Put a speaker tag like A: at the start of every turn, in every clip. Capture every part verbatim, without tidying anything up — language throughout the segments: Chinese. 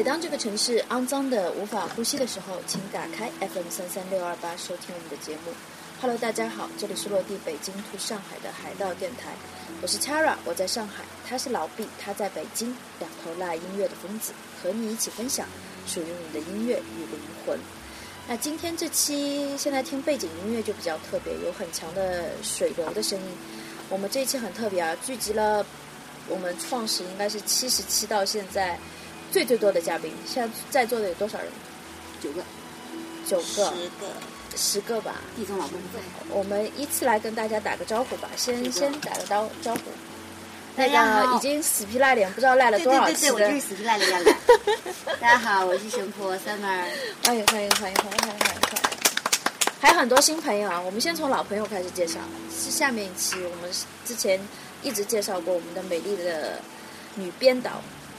A: 当这个城市肮脏的无法呼吸的时候，请打开 F M 三三六二八收听我们的节目。Hello， 大家好，这里是落地北京to上海的海盗电台，我是 Chara， 我在上海，他是老毕，他在北京，两头辣音乐的疯子，和你一起分享属于你的音乐与灵魂。那今天这期现在听背景音乐就比较特别，有很强的水流的声音。我们这一期很特别啊，聚集了我们创始应该是七十期到现在最最多的嘉宾。现在在座的有多少人？
B: 九个，
A: 九个，
B: 十个，
A: 十个吧。
B: 地总老公在。
A: 我们依次来跟大家打个招呼吧。先先打个招招呼。
B: 大家好，
A: 已经死皮赖脸，不知道赖了多少期的。
B: 对对对对，我就是死皮赖脸要来。大家好，我是神婆 Summer。
A: 欢迎欢迎欢迎欢迎欢迎欢迎！还有很多新朋友啊，我们先从老朋友开始介绍。是下面一期我们之前一直介绍过我们的美丽的女编导。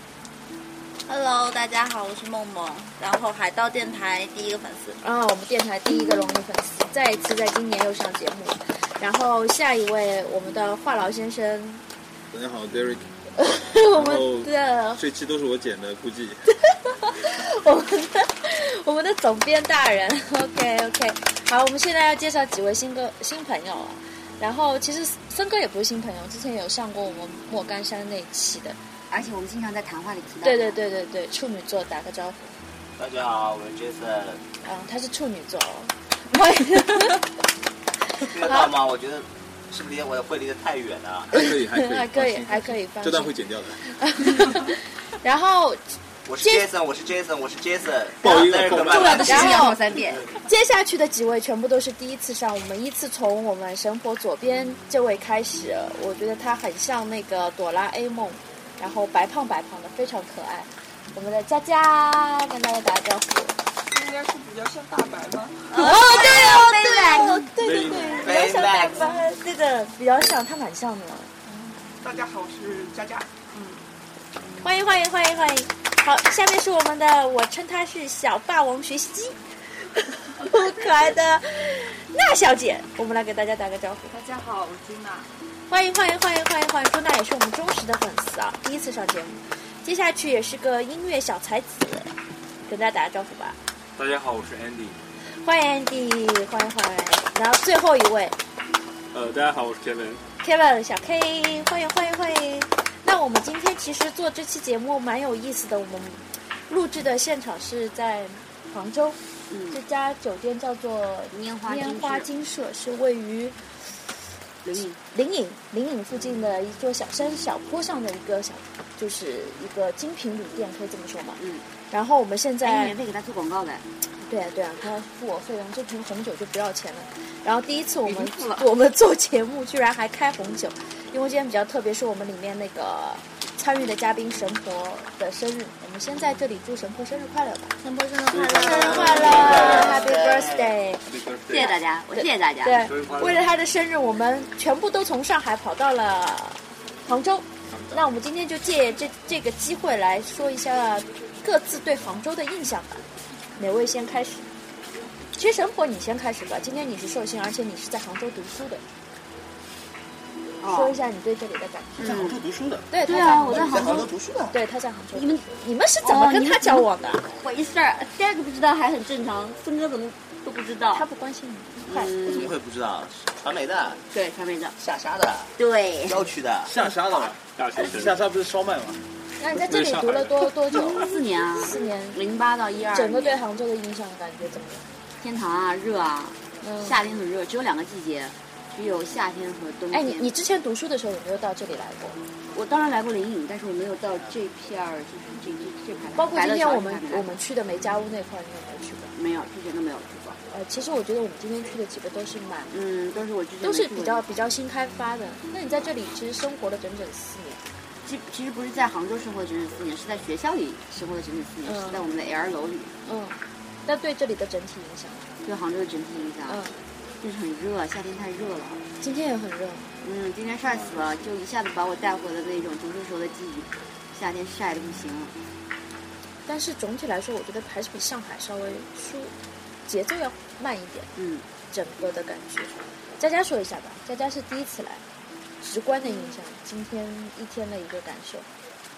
C: Hello， 大家好，我是梦梦，然后海盗电台第一个粉丝
A: 啊、哦，我们电台第一个荣誉粉丝，再一次在今年又上节目。然后下一位，我们的话痨先生。
D: 大家好 ，Derek。
A: 我们的
D: 这期都是我剪的，估计。
A: 我们的我们的总编大人 ，OK OK， 好，我们现在要介绍几位新歌新朋友啊。然后其实森哥也不是新朋友，之前有上过我们莫干山那一期的。
B: 而且我们经常在谈话里提到。
A: 对对对对对，处女座打个招呼。
E: 大家好，我是 Jason。
A: 嗯，他是处女座哦。
E: 听得到吗？我觉得是不是离我的会离得太远了？
D: 还可以，还可以，
A: 还可以，还可以。
D: 这段会剪掉的。
A: 然后，
E: 我是 Jason， 我是 Jason， 我是 Jason。
D: 报音了，
B: 重要的事情要说三遍。
A: 接下去的几位全部都是第一次上，我们依次从我们神婆左边这位开始。我觉得他很像那个哆啦 A 梦。然后白胖白胖的，非常可爱。我们的佳佳跟大家打个招呼。
C: 应该是比较像大白吗？
A: 哦，对哦，对哦，对对对，比较像大白，对的，比较像，他蛮像的。
C: 嗯，大家好，我是佳佳。嗯，
A: 欢迎欢迎欢迎欢迎。好，下面是我们的，我称她是小霸王学习机，可爱的娜小姐，我们来给大家打个招呼。
C: 大家好，我是朱娜。
A: 欢迎欢迎欢迎欢迎欢迎，朱娜也是我们忠实的粉丝啊，第一次上节目。接下去也是个音乐小才子，跟大家打个招呼吧。
D: 大家好，我是 Andy。
A: 欢迎 Andy， 欢迎欢迎。然后最后一位，
D: 呃，大家好，我是 Kevin。
A: Kevin 小 K， 欢迎欢迎欢迎。那我们今天其实做这期节目蛮有意思的，我们录制的现场是在杭州，嗯，这家酒店叫做
B: 拈花
A: 拈花金舍，是位于。
B: 灵隐，
A: 灵隐，灵隐附近的一座小山小坡上的一个小，就是一个精品旅店，可以这么说吗？嗯。然后我们现在
B: 免费给他做广告的。
A: 对啊，对啊，他付我费用，这瓶红酒就不要钱了。然后第一次我们我们做节目居然还开红酒，因为今天比较特别，是我们里面那个参与的嘉宾神婆的生日，我们先在这里祝神婆生日快乐吧！
C: 神婆生日快乐，
A: 生日快乐 ，Happy Birthday！
B: 谢谢大家，我谢谢大家。
A: 对，为了他的生日，我们全部都从上海跑到了杭州。那我们今天就借这这个机会来说一下各自对杭州的印象吧。哪位先开始？其实神婆你先开始吧，今天你是寿星，而且你是在杭州读书的。说一下你对这里的感觉。
D: 在杭州读书的。
A: 对
B: 对啊，我
D: 在
B: 杭
D: 州读书的。
A: 对，他在杭州。
B: 你们
A: 你们是怎么跟他交往的？
B: 回事儿，第二个不知道还很正常，孙哥怎么都不知道？
A: 他不关心你。快，
E: 我怎么会不知道？传媒的。
B: 对，传媒的。
E: 下沙的。
B: 对。
E: 郊区的。
D: 下沙的吧？下沙不是烧麦吗？
A: 那你在这里读了多多久？
B: 四年啊。
A: 四年。
B: 零八到一二。
A: 整个对杭州的印象感觉怎么样？
B: 天堂啊，热啊，嗯、夏天很热，只有两个季节。只有夏天和冬天。
A: 哎，你你之前读书的时候有没有到这里来过？
B: 我当然来过灵隐，但是我没有到这片儿，就是这这这块。
A: 包括今天我们我们去的梅家屋那块，你有没有去过？
B: 没有，之前都没有去过。
A: 呃，其实我觉得我们今天去的几个都是蛮，
B: 嗯，都是我之前
A: 都是比较比较新开发的。那你在这里其实生活了整整四年。
B: 其其实不是在杭州生活整整四年，是在学校里生活了整整四年，嗯、是在我们的 L 楼里。
A: 嗯，那对这里的整体影响？
B: 对杭州的整体影响，嗯，就是很热，夏天太热了。
A: 今天也很热。
B: 嗯，今天晒死了，就一下子把我带回了那种读书时候的记忆，夏天晒得不行了。
A: 但是总体来说，我觉得还是比上海稍微舒，节奏要慢一点。嗯，整个的感觉。佳佳说一下吧，佳佳是第一次来，直观的印象，今天一天的一个感受。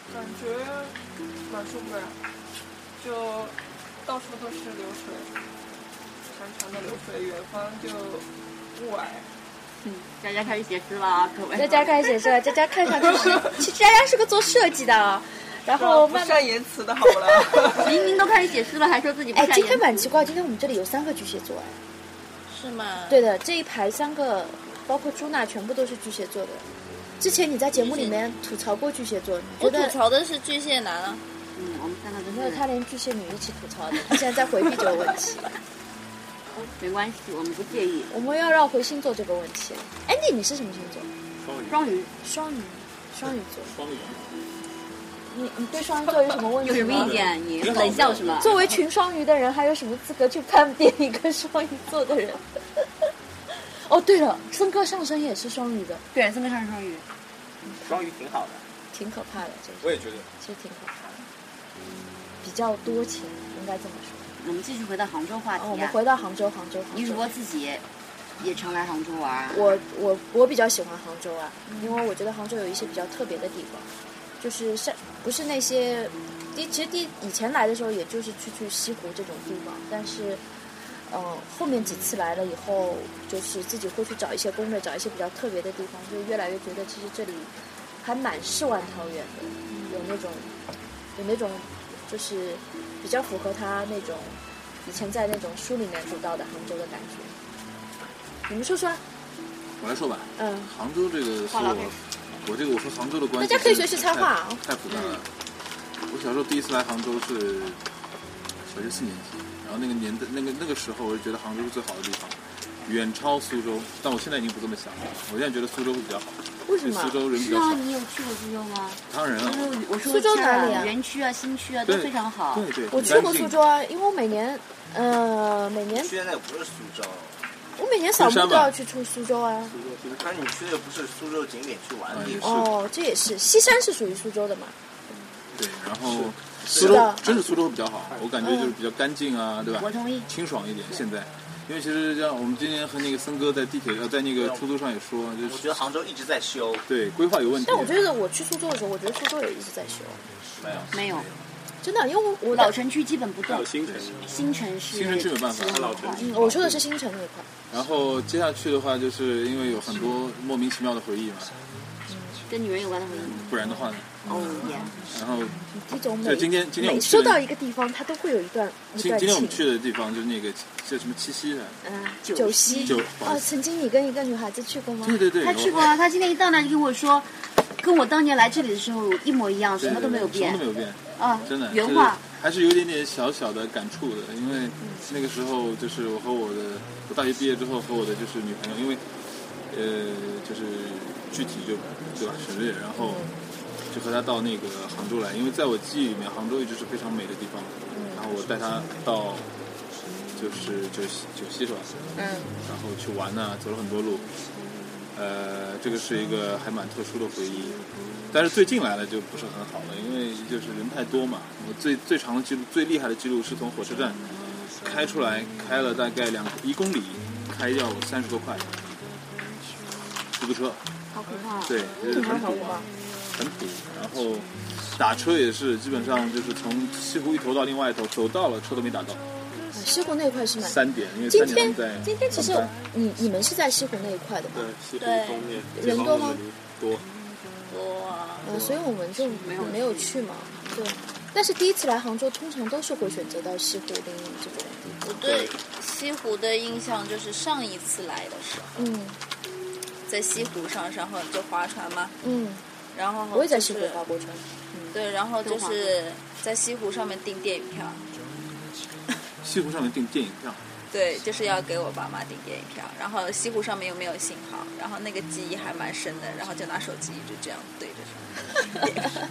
F: 感觉蛮舒服的，就到处都是流水，长长的流水，远方就雾霭。
B: 嗯，佳佳开始写诗了啊，各位。
A: 佳佳开始写诗了，佳佳看上去是，其实佳佳是个做设计的啊。然后
F: 不善言辞的好了，
B: 明明都开始写诗了，还说自己不善言辞。
A: 哎，今天蛮奇怪，今天我们这里有三个巨蟹座哎。
C: 是吗？
A: 对的，这一排三个，包括朱娜，全部都是巨蟹座的。之前你在节目里面吐槽过巨蟹座，你
C: 我
A: 觉得
C: 吐槽的是巨蟹男啊。
B: 嗯，我们三个都
A: 没有，
B: 是。
A: 他连巨蟹女一起吐槽的，他现在在回避这个问题。
B: 没关系，我们不介意。
A: 我们要绕回星座这个问题。Andy，你是什么星座？
E: 双鱼。
B: 双鱼。
A: 双鱼，双鱼座。
D: 双鱼。
A: 你你对双鱼座有什么问题吗？
B: 有什么意见？你冷笑什么？
A: 作为群双鱼的人，还有什么资格去判别一个双鱼座的人？哦，对了，森哥上升也是双鱼的。
B: 对，森哥上升双鱼。
E: 双鱼挺好的，
A: 挺可怕的，这
D: 我也觉得，
A: 其实挺可怕的，比较多情，应该这么说。
B: 我们继续回到杭州话题啊。
A: 哦、我们回到杭州，杭州，杭州。
B: 你主播自己也常来杭州玩。
A: 我我我比较喜欢杭州啊，因为我觉得杭州有一些比较特别的地方，就是像不是那些，第其实第以前来的时候，也就是去去西湖这种地方，但是。嗯，后面几次来了以后，就是自己会去找一些攻略，找一些比较特别的地方，就越来越觉得其实这里还蛮世外桃源的，有那种有那种就是比较符合他那种以前在那种书里面读到的杭州的感觉。你们说说啊？
G: 我来说吧。
A: 嗯，
G: 杭州这个是我我这个我和杭州的关系，
A: 大家可以随时插话啊。
G: 太复杂了。我小时候第一次来杭州是小学四年级。然后那个年代，那个那个时候，我就觉得杭州是最好的地方，远超苏州。但我现在已经不这么想了，我现在觉得苏州会比较好。
A: 为什么？
G: 苏州人比较少。
B: 是啊，你有去过苏州吗？
G: 当然了。
B: 我说
A: 苏州哪里啊？
B: 园区啊、新区啊都非常好。
G: 对对。
A: 我去过苏州啊，因为我每年，呃，每年。
E: 去的那个不是苏州。
A: 我每年扫墓都要去出苏州啊。
E: 苏州，但是你去的不是苏州景点去玩的地
A: 方。哦，这也是，西山是属于苏州的嘛？
G: 对，然后。苏州真是苏州会比较好，我感觉就是比较干净啊，对吧？
B: 我同意，
G: 清爽一点。现在，因为其实像我们今天和那个森哥在地铁呃，在那个出租上也说，就是
E: 我觉得杭州一直在修，
G: 对规划有问题。
A: 但我觉得我去苏州的时候，我觉得苏州也一直在修。
E: 没有，
B: 没有，
A: 真的，因为我
B: 老城区基本不动。
D: 新城，
B: 新城是
G: 新城区没办法，
D: 老城区。
A: 我说的是新城那块。
G: 然后接下去的话，就是因为有很多莫名其妙的回忆嘛。
B: 跟女人有关的回忆，
G: 不然的话呢？
B: 哦耶！
G: 然后，
A: 这种
G: 对，今天今天我
A: 每说到一个地方，它都会有一段一段
G: 今天我们去的地方就是那个叫什么七夕的，
A: 嗯，九溪。
G: 九
A: 哦，曾经你跟一个女孩子去过吗？
G: 对对对，
B: 他去过啊。他今天一到那就跟我说，跟我当年来这里的时候一模一样，什么都没有变，
G: 什么都没有变
B: 啊，
G: 真的
B: 原话。
G: 还是有一点点小小的感触的，因为那个时候就是我和我的，我大学毕业之后和我的就是女朋友，因为呃就是具体就对吧省略，然后就和她到那个杭州来，因为在我记忆里面杭州一直是非常美的地方，然后我带她到就是九溪九溪是吧？
A: 嗯，
G: 然后去玩呢、啊，走了很多路，呃，这个是一个还蛮特殊的回忆。但是最近来了就不是很好了，因为就是人太多嘛。我最最长的记录、最厉害的记录是从火车站开出来，开了大概两一公里，开要三十多块，出租车。
B: 好可怕。
G: 对，就是很堵，很堵。然后打车也是，基本上就是从西湖一头到另外一头，走到了车都没打到。
A: 西湖那一块是蛮
G: 三点，因为
A: 今
G: 三点
A: 天今天其实你你们是在西湖那一块的吧？
D: 对，西湖方面
A: 人多吗？
G: 多。
C: 多啊，
A: 呃，所以我们就没有没有去嘛。对，但是第一次来杭州，通常都是会选择到西湖、临沂这种地方。
C: 我对西湖的印象就是上一次来的时候，
A: 嗯，
C: 在西湖上，然后就划船嘛，
A: 嗯，
C: 然后、就是、
A: 我也在西湖划过船，
C: 嗯，对，然后就是在西湖上面订电影票。
G: 西湖上面订电影票。
C: 对，就是要给我爸妈订电影票，然后西湖上面又没有信号，然后那个记忆还蛮深的，然后就拿手机一直这样对着上。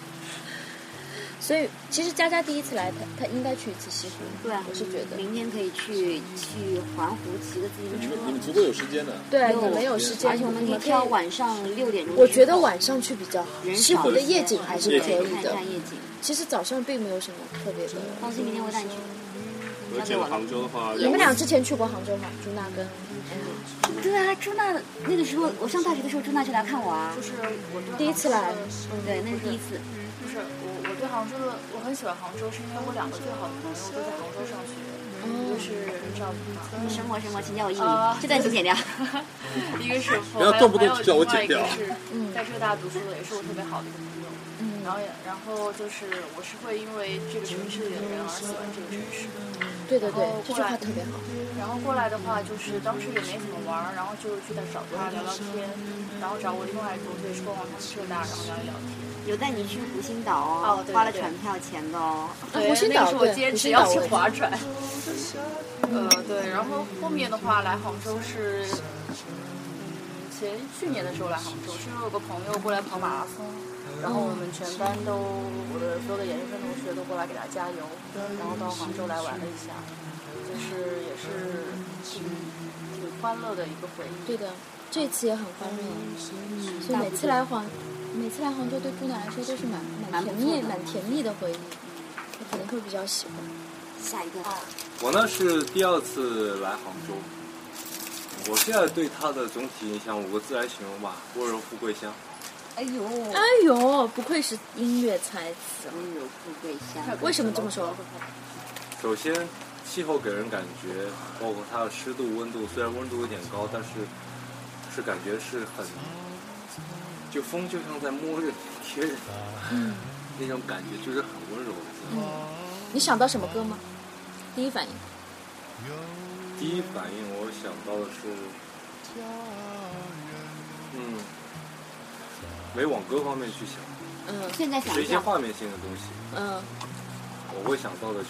A: 所以其实佳佳第一次来，她她应该去一次西湖。
B: 对啊，
A: 我是觉得
B: 明天可以去去环湖骑个自行车。
G: 你们你们足够有时间的。
A: 对，你们有时间，
B: 而且我们可以挑晚上六点钟。
A: 我觉得晚上去比较好，西湖的夜景还是可以的。
B: 看夜景。
A: 其实早上并没有什么特别的。
B: 放心，明天我带你去。
D: 而且杭州的话，
A: 你们俩之前去过杭州吗？朱娜跟
B: 对啊，朱娜那个时候我上大学的时候，朱娜就来看我啊，
F: 就是我
A: 第一次来，
B: 对，那是第一次。
F: 就是
H: 是我我对杭州的我很喜欢杭州，是因为我两个最好的朋友都在杭州上学，一个是赵普嘛，
B: 什么什么，请叫我一
H: 啊
B: 米，这段请剪掉。
H: 一个是
G: 不要动不动就叫我剪掉
H: 还有另外一个是在浙大读书的，也是我特别好的一个朋友。
A: 嗯，
H: 然后也然后就是我是会因为这个城市里的人而喜欢这个城市。
A: 对对对
H: 然后，
A: 这句
H: 过来
A: 话特别好。
H: 然后过来的话，就是当时也没怎么玩儿，然后就去找他聊聊天，然后找我另外一个同学是逛逛他们浙大，然后聊一聊天。
B: 有带你去湖心岛哦，
H: 哦对对
B: 花了船票钱的哦。
H: 对，
A: 湖心岛
H: 那个是我
A: 对
H: 坚持要去
A: 湖心岛我也
H: 划船。呃，对，然后后面的话来杭州是，嗯，前去年的时候来杭州，是因为有个朋友过来跑马拉松，然后我们全班都，我的所有的研究生同学都过来给他加油，然后到杭州来玩了一下，就是也是挺挺欢乐的一个回忆。
A: 对的，这次也很欢乐，所以每次来杭，每次来杭州对姑娘来说都是蛮蛮甜蜜、蛮甜蜜的回忆，我可能会比较喜欢。
B: 下一个，
I: 我呢是第二次来杭州，我现在对它的总体印象五个字来形容吧，温柔富贵乡。
B: 哎呦，
A: 哎呦，不愧是音乐才子，
B: 温柔富贵乡。
A: 为什么这么说？
I: 首先，气候给人感觉，包括它的湿度、温度，虽然温度有点高，但是是感觉是很，就风就像在摸着贴着，
A: 嗯，
I: 那种感觉就是很温柔的。
A: 嗯，你想到什么歌吗？第一反应？
I: 第一反应我想到的是，嗯，没往歌方面去想，
A: 嗯，
B: 现在想
I: 是一些画面性的东西。
A: 嗯，
I: 我会想到的就是，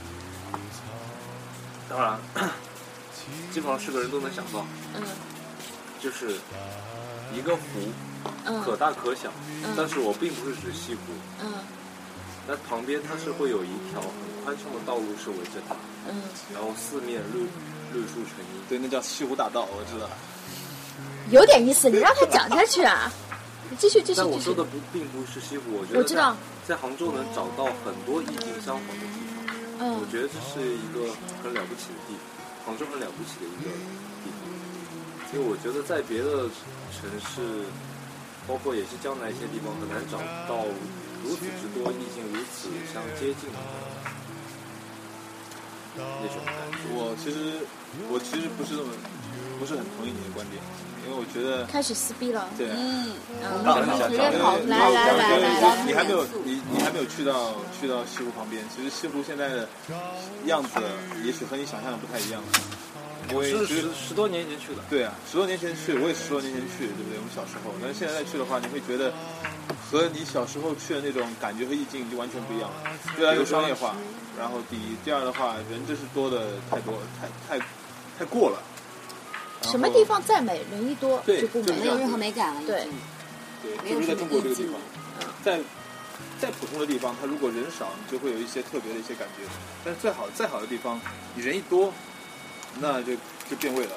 I: 当然，基本上是个人都能想到，
A: 嗯，
I: 就是一个湖，
A: 嗯，
I: 可大可小，
A: 嗯，
I: 但是我并不是指西湖，
A: 嗯，
I: 那旁边它是会有一条很宽敞的道路是围着它，
A: 嗯，
I: 然后四面绿绿树成荫，
G: 对，那叫西湖大道，我知道。
A: 有点意思，你让他讲下去啊！你继续继续继续
I: 但我说的。不并不是西湖，我觉得
A: 我知道
I: 在杭州能找到很多意境相同的地方，
A: 嗯
I: 我觉得这是一个很了不起的地方，杭州很了不起的一个地方。因为我觉得在别的城市，包括也是江南一些地方，很难找到如此之多意境如此相接近的那种感觉。
G: 我其实我其实不是那么不是很同意你的观点，因为我觉得
A: 开始撕逼了。
G: 对啊，
A: 嗯，
B: 直接跑
A: 来来来来来，
G: 你还没有你你还没有去到去到西湖旁边，其实西湖现在的样子也许和你想象的不太一样。因为
I: 是十十多年前去的。
G: 对啊，十多年前去，我也十多年前去，对不对？我们小时候，但是现在再去的话，你会觉得和你小时候去的那种感觉和意境就完全不一样了。对啊，有商业化，然后第一，第二的话，人真是多的太多，太太太过了。
A: 什么地方再美，人一多
G: 对
A: 就不美
B: 没有任何美感了。
A: 对，
G: 对，就是在中国这个地方，在再普通的地方，它如果人少，你就会有一些特别的一些感觉。但是最好再好的地方，你人一多，那就就变味了。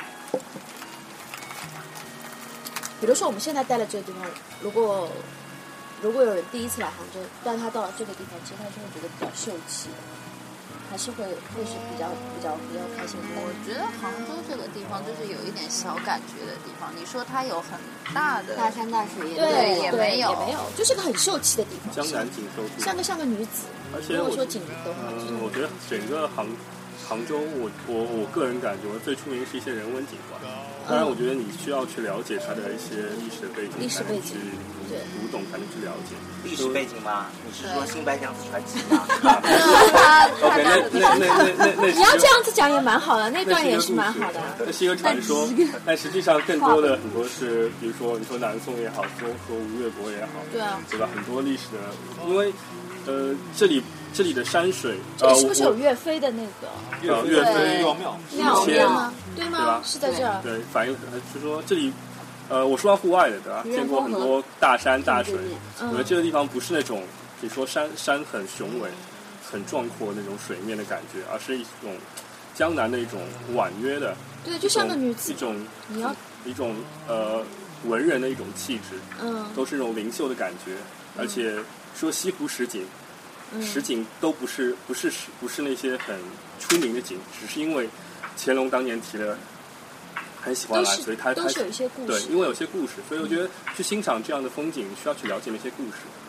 A: 比如说我们现在待的这个地方，如果如果有人第一次来杭州，但他到了这个地方，其实他就会觉得比较秀气的，还是会会是比较比较比较开心的。
C: 我觉得杭州这个地方就是有一点小感觉的地方。你说它有很大的
B: 大山大水也
A: 对
B: 没有
C: 也没有
A: 也没有，就是个很秀气的地方，
D: 江南锦绣地，
A: 像个像个女子。
D: 而且我
A: 如果说锦的话，就是
D: 嗯，我觉得整个杭杭州，我我我个人感觉最出名是一些人文景观。当然，我觉得你需要去了解它的一些历史背景，
A: 历史背景
D: 才能去
A: 对
D: 读懂，才能去了解
E: 历史背景吗？你是说《新白娘子传奇》吗？
D: OK，那那那那那那
A: 你要这样子讲也蛮好的，那段也是蛮好的。
D: 那是一个传说，但实际上更多的很多是，比如说你说南宋也好，说说吴越国也好，
A: 对啊，
D: 对吧？很多历史的，因为呃，这里这里的山水，
A: 这里是不是有
D: 呃
A: 岳飞的那个
D: 呃岳飞
G: 庙庙
A: 庙
D: 以前
A: 吗？对吗
D: 对吧？
A: 是在这儿。
D: 对，反映呃就说这里，呃，我说到户外的，对吧？见过很多大山大水，我觉得这个地方不是那种你说山山很雄伟、很壮阔那种水面的感觉，而是一种江南的一种婉约的，
A: 对，就像个女子
D: 一种
A: 你要
D: 一种呃文人的一种气质，
A: 嗯，
D: 都是那种灵秀的感觉，而且说西湖十景。
A: 嗯
D: 实景都不是不是不是那些很出名的景，只是因为乾隆当年提了很喜欢来，所以他他
A: 都是有一些故事。
D: 对，因为有些故事，所以我觉得去欣赏这样的风景，你需要去了解那些故事。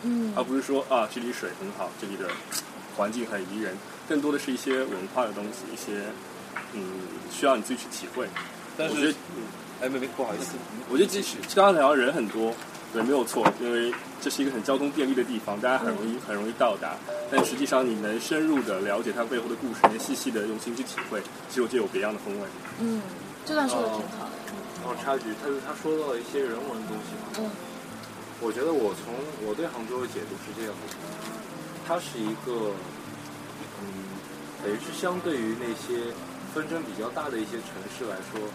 A: 嗯，
D: 而不是说啊这里水很好，这里的环境很宜人，更多的是一些文化的东西，一些嗯需要你自己去体会。
I: 但是，
D: 我觉得嗯，
I: 哎，妹妹，不好意思，
D: 我觉得即使刚刚讲人很多，对，没有错，因为这是一个很交通便利的地方，大家很容易、嗯、很容易到达。但实际上，你能深入的了解它背后的故事，能细细的用心去体会，其实我就有别样的风味。
A: 嗯，这段说的挺好的。
I: 然后插一句，他他说到了一些人文的东西嘛。
A: 嗯。
I: 我觉得我从我对杭州的解读是这样的，它是一个，嗯，等于是相对于那些纷争比较大的一些城市来说，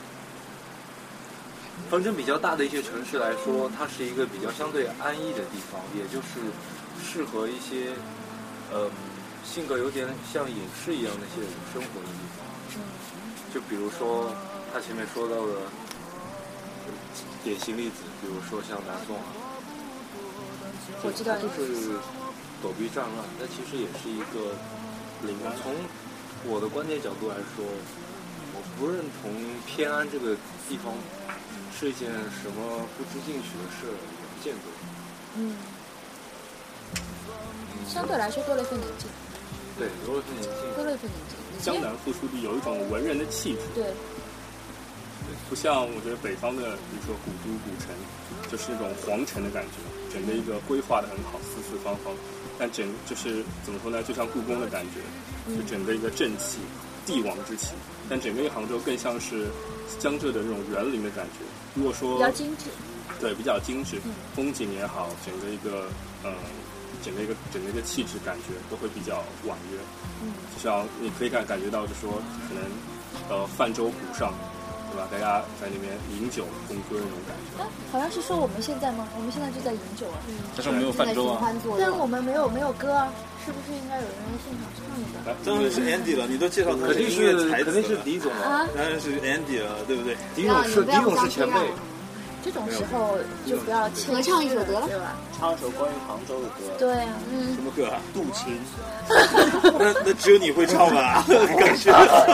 I: 纷争比较大的一些城市来说，它是一个比较相对安逸的地方，也就是适合一些，呃，性格有点像隐士一样的一些人生活的地方。就比如说他前面说到的典型例子，比如说像南宋啊。
A: 我知道，
I: 就是躲避战乱，但其实也是一个灵感。从我的观点角度来说，我不认同偏安这个地方是一件什么不知进取的事，也不见得。
A: 嗯，相对来说多了一份宁静。
I: 对，多了一份宁静。
A: 多了一份宁静。
D: 江南富庶地有一种文人的气质。
A: 对。
D: 不像我觉得北方的，比如说古都古城，就是那种皇城的感觉，整个一个规划的很好，四四方方。但整就是怎么说呢，就像故宫的感觉，就整个一个正气、帝王之气。但整个一个杭州更像是江浙的那种园林的感觉。如果说
A: 比较精致，
D: 对，比较精致，
A: 嗯、
D: 风景也好，整个一个嗯，整个一个整个一个气质感觉都会比较婉约。
A: 嗯，
D: 就像你可以感感觉到，就说可能呃泛舟湖上。对吧？大家在那边饮酒共歌那种感觉。
A: 啊，好像是说我们现在吗？我们现在就在饮酒啊。
G: 嗯。但是没有泛舟啊。
A: 但是我们没有没有歌啊，是不是应该有人在现场唱一个？
J: 当然是 Andy 了，你都介绍他
I: 是音乐才子，肯定是狄总
A: 啊。
J: 当然是 Andy 了，对不对？
I: 狄总是狄总是前辈。
A: 这种时候就不要
B: 合唱一首得了，
A: 对吧？
E: 唱一首关于杭州的歌。
A: 对啊，嗯。
J: 什么歌啊？
E: 渡情。
J: 那那只有你会唱吧？感觉。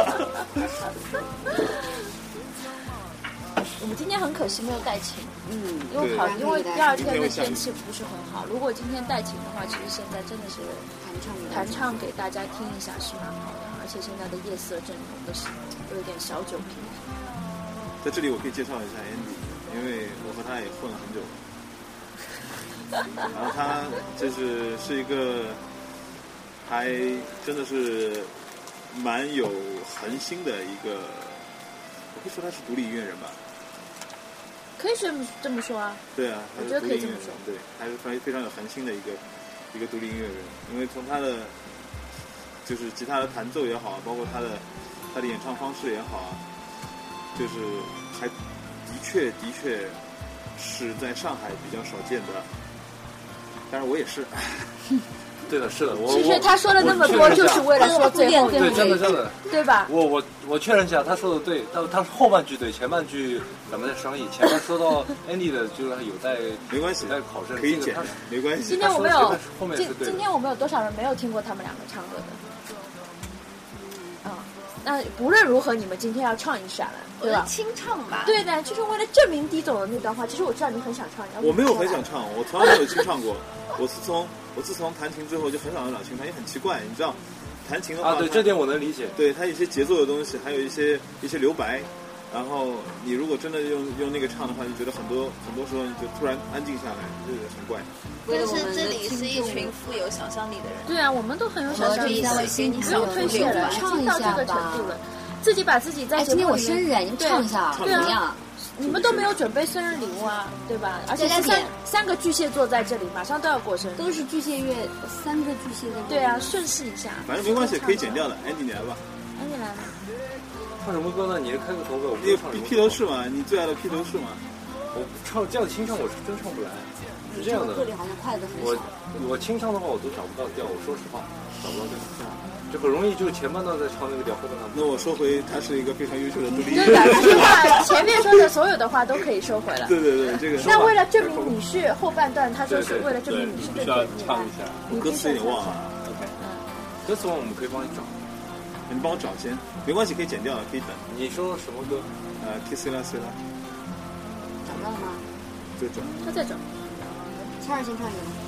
A: 我们今天很可惜没有带琴，
B: 嗯，
A: 因为好，因为第二天的天气不是很好。如果今天带琴的话，其实现在真的是
B: 弹唱
A: 弹唱给大家听一下是蛮好的，而且现在的夜色正浓的是有点小酒瓶。
J: 在这里我可以介绍一下 Andy， 因为我和他也混了很久了。然后他就是是一个还真的是蛮有恒心的一个，我可以说他是独立音乐人吧。
A: 可以这么这么说啊，
J: 对啊，
A: 我觉得可以这么说，
J: 对，还是非非常有恒心的一个一个独立音乐人。因为从他的就是吉他的弹奏也好，包括他的他的演唱方式也好啊，就是还的确的确是在上海比较少见的。当然我也是。
I: 对的，是的，我
A: 其实他说了那么多，就是为了说最后，
I: 对，真的真的，
A: 对吧？
I: 我我我确认一下，他说的对，但他后半句对，前半句咱们在商议。前面说到 Andy 的，就是有在
J: 没关系，
I: 有在考证，
J: 可以剪，没关系。
A: 今天我们有，
I: 后面是对的。
A: 今天我们有多少人没有听过他们两个唱歌的？啊、嗯，那不论如何，你们今天要唱一下了，对吧？
C: 清唱吧。
A: 对的，就是为了证明狄总的那段话。其实我知道你很想唱，
J: 我没有很想唱，我从来没有清唱过。我自从我自从弹琴之后就很少很少清唱，也很奇怪，你知道，弹琴的话
I: 啊，对这点我能理解。
J: 对，它有一些节奏的东西，还有一些一些留白，然后你如果真的用用那个唱的话，你觉得很多很多时候你就突然安静下来，就是很怪。
C: 但是这里是一群富有想象力的人。
A: 对啊，我们都很有想象力，
B: 给你
A: 不用推卸了，
B: 唱一
A: 到这个程度了，自己把自己在节目里面。
B: 今天我生日，你们唱一下，怎么样？
A: 你们都没有准备生日礼物啊，对吧？而且三三个巨蟹座在这里，马上都要过生日，
B: 都是巨蟹月，三个巨蟹的。
A: 对啊，顺势一下。
J: 反正没关系，可以剪掉的。Andy 你来吧。
A: Andy 来吧。
I: 唱什么歌呢？你开个头呗，我不
J: 你
I: 唱什么。
J: 披头士嘛，你最爱的披头士嘛。
I: 我唱这样清唱，我是真唱不来。是这样的。
B: 这里好像快的很
I: 我我清唱的话，我都找不到调。我说实话，找不到调。就很容易，就是前半段在唱那个调，后半段。
J: 那我说回，他是一个非常优秀的独立音乐
A: 人。对的，这句话前面说的所有的话都可以收回了。
J: 对对对，这个。
A: 那为了证明你是后半段，他说是为了证明你是
D: 必须要唱一下。
J: 我歌词有点忘了。
D: OK。
A: 嗯。
I: 歌词忘我们可以帮你找。
J: 你帮我找先，没关系，可以剪掉，可以等。
I: 你说什么歌？
J: 呃 ，Kiss La C La。
B: 找到了吗？
J: 在找。
A: 他在找。
B: 唱二先唱一个。
A: 我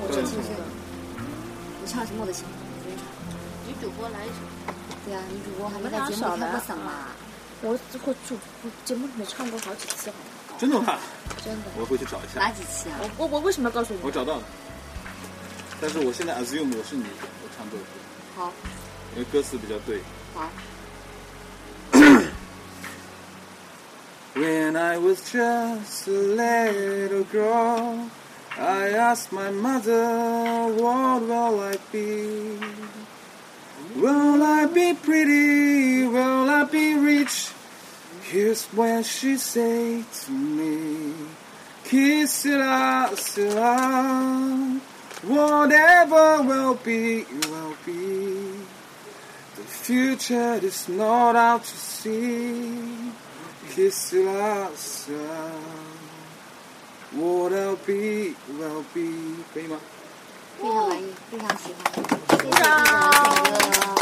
B: 我真是这个。你唱什么我都行，随便唱。
H: 女主播来一首。
B: 对啊，女主播还没在节目开过嗓嘛。
A: 我我主我节目里面唱过好几次，好吗？
J: 真的吗？
A: 真的。
J: 我回去找一下。
B: 哪几期啊？
A: 我我我为什么要告诉你？
J: 我找到了。但是我现在 assume 我是你，我唱对。
B: 好。
J: 因为歌词比较对。
B: 好。
J: When I was just a little girl, I asked my mother, what will I be? Will I be pretty? Will I be rich? Here's what she said to me. Que sera, sera. Whatever will be, will be. The future is not out to see.Que sera, sera. What I'll be, will be. 可以吗？
B: 非常满意，非常喜欢。
A: 非常。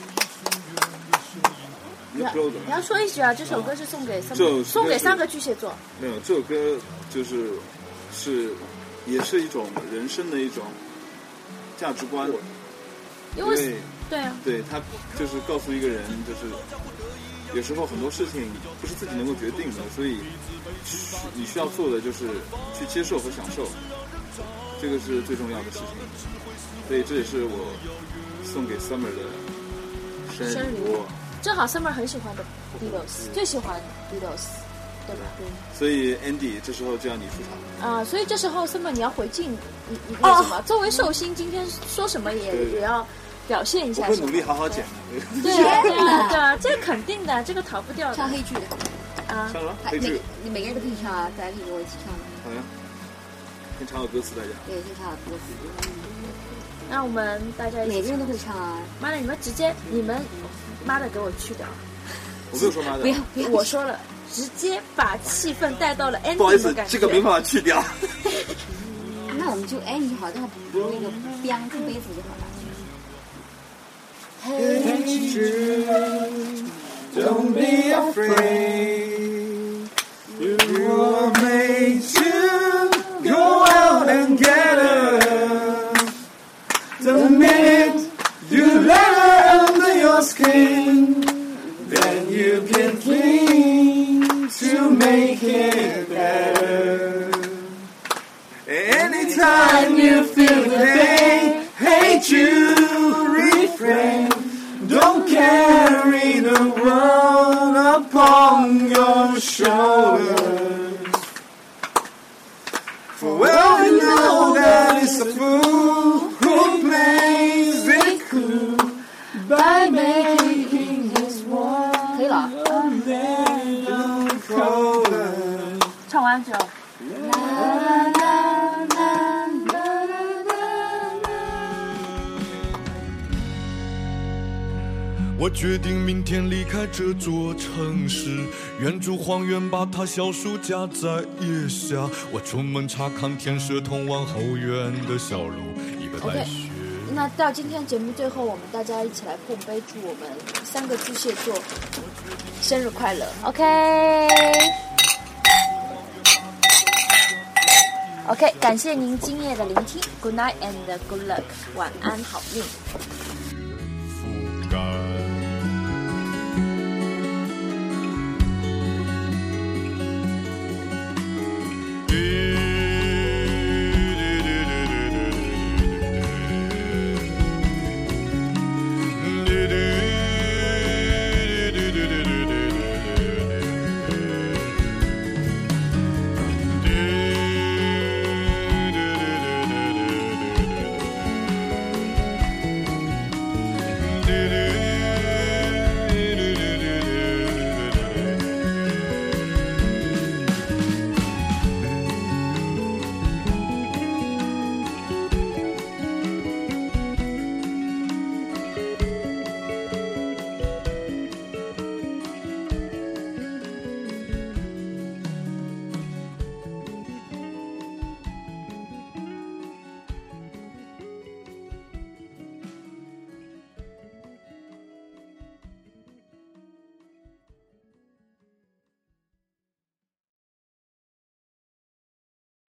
J: 你要
A: 你要说一句啊，这首歌是送给三个送给三个巨蟹座。
J: 没有，这首歌就是是也是一种人生的一种价值观。
A: 因为对啊，
J: 对他就是告诉一个人，就是有时候很多事情不是自己能够决定的，所以你需要做的就是去接受和享受，这个是最重要的事情。所以这也是我送给 Summer 的生日礼物。
A: 正好 Summer 很喜欢的 Beatles， 最喜欢 Beatles， 对吧？对。
J: 所以 Andy 这时候就要你出场
A: 啊、呃！所以这时候 Summer 你要回敬你你那什么？哦、作为寿星，今天说什么也也要表现一下。
J: 我会努力好好剪。
A: 对啊对啊对啊，这个肯定的，这个逃不掉的。
B: 唱黑剧
A: 啊！
J: 唱了黑剧，
B: 你每个人都可以唱啊，大家可以跟我一起唱。
J: 好呀，先唱好歌词，大家。
B: 对，先唱好歌词。
A: 那我们大家
B: 每个人都会唱啊！
A: 妈的，你们直接你们妈的给我去掉！
J: 我没有说妈的，
A: 不要不要，我说了，直接把气氛带到了 ending
J: 不好意思，
A: 的感觉。
J: 这个没办法去掉。
B: 那我们就 ending 就好，正好补那个边字杯子就好了。
J: Hey Jude, don't be afraid. You are made to go out and get her. The minute you let her under your skin, then you can cling to make it better. Anytime you feel the pain, hey Jude, refrain. Don't carry the world upon your shoulders. For well you know that it's a fool who plays it cool by making his world a little colder.
A: 唱完之后。
K: 我决定明天离开这座城市，远足荒原把它小树夹在腋下。我出门查看天色通往后院的小路，一个白雪。
A: Okay, 那到今天节目最后，我们大家一起来碰杯，祝我们三个巨蟹座生日快乐。OK。OK， 感谢您今夜的聆听 ，Good night and good luck， 晚安好运。